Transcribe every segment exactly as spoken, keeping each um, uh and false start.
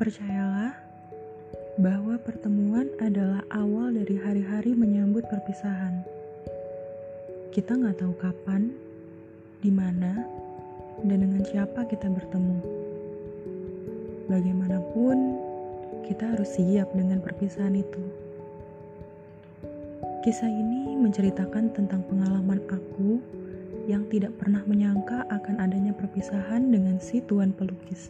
Percayalah bahwa pertemuan adalah awal dari hari-hari menyambut perpisahan. Kita nggak tahu kapan, di mana, dan dengan siapa kita bertemu. Bagaimanapun, kita harus siap dengan perpisahan itu. Kisah ini menceritakan tentang pengalaman aku yang tidak pernah menyangka akan adanya perpisahan dengan si tuan pelukis.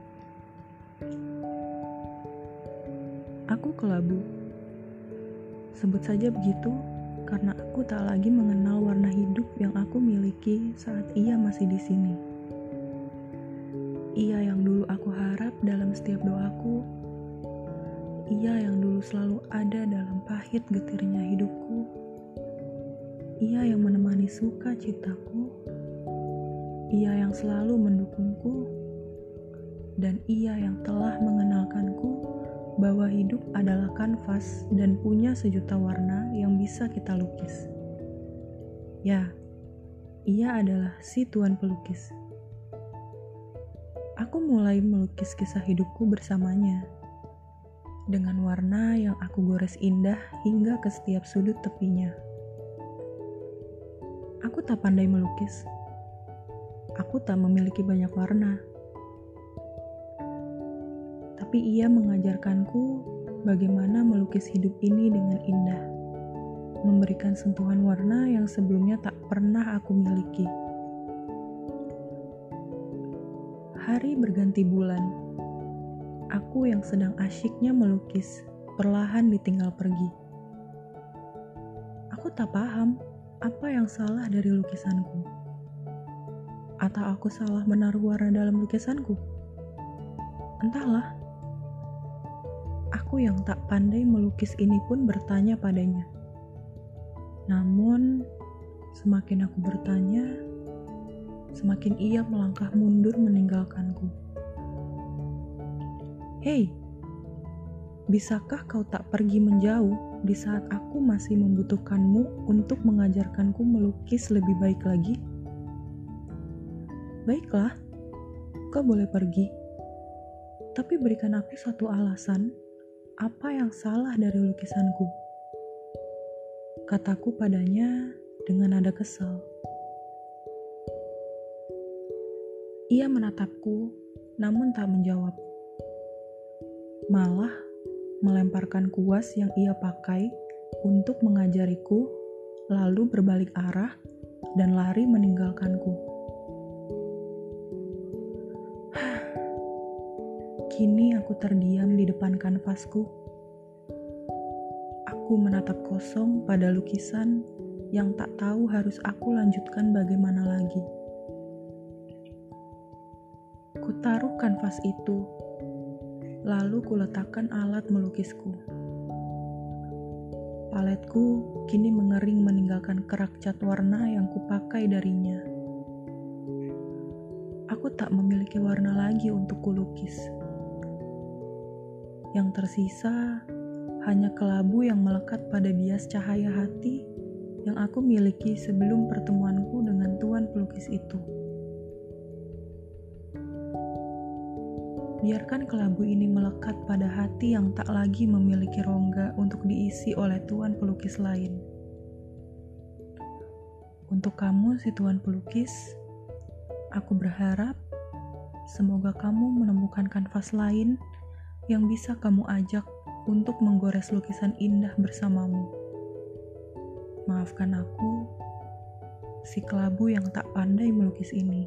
Aku kelabu. Sebut saja begitu karena aku tak lagi mengenal warna hidup yang aku miliki saat ia masih di sini. Ia yang dulu aku harap dalam setiap doaku. Ia yang dulu selalu ada dalam pahit getirnya hidupku. Ia yang menemani suka citaku. Ia yang selalu mendukungku. Dan ia yang telah mengenalkanku bahwa hidup adalah kanvas dan punya sejuta warna yang bisa kita lukis. Ya, ia adalah si tuan pelukis. Aku mulai melukis kisah hidupku bersamanya, dengan warna yang aku gores indah hingga ke setiap sudut tepinya. Aku tak pandai melukis. Aku tak memiliki banyak warna. Tapi ia mengajarkanku bagaimana melukis hidup ini dengan indah, memberikan sentuhan warna yang sebelumnya tak pernah aku miliki. Hari berganti bulan, aku yang sedang asyiknya melukis perlahan ditinggal pergi. Aku tak paham apa yang salah dari lukisanku. Atau aku salah menaruh warna dalam lukisanku? Entahlah. Aku yang tak pandai melukis ini pun bertanya padanya. Namun, semakin aku bertanya, semakin ia melangkah mundur meninggalkanku. Hei, bisakah kau tak pergi menjauh di saat aku masih membutuhkanmu untuk mengajarkanku melukis lebih baik lagi? Baiklah, kau boleh pergi. Tapi berikan aku satu alasan. Apa yang salah dari lukisanku? Kataku padanya dengan nada kesal. Ia menatapku, namun tak menjawab. Malah melemparkan kuas yang ia pakai untuk mengajariku, lalu berbalik arah dan lari meninggalkanku. Kini aku terdiam di depan kanvasku. Aku menatap kosong pada lukisan yang tak tahu harus aku lanjutkan bagaimana lagi. Kutaruh kanvas itu, lalu kuletakkan alat melukisku. Paletku kini mengering meninggalkan kerak cat warna yang kupakai darinya. Aku tak memiliki warna lagi untuk kulukis. Yang tersisa hanya kelabu yang melekat pada bias cahaya hati yang aku miliki sebelum pertemuanku dengan tuan pelukis itu. Biarkan kelabu ini melekat pada hati yang tak lagi memiliki rongga untuk diisi oleh tuan pelukis lain. Untuk kamu, si tuan pelukis, aku berharap semoga kamu menemukan kanvas lain yang bisa kamu ajak untuk menggores lukisan indah bersamamu. Maafkan aku, si kelabu yang tak pandai melukis ini.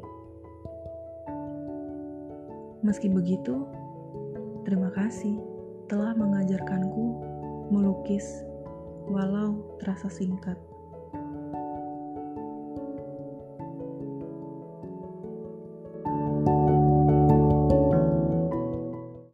Meski begitu, terima kasih telah mengajarkanku melukis walau terasa singkat.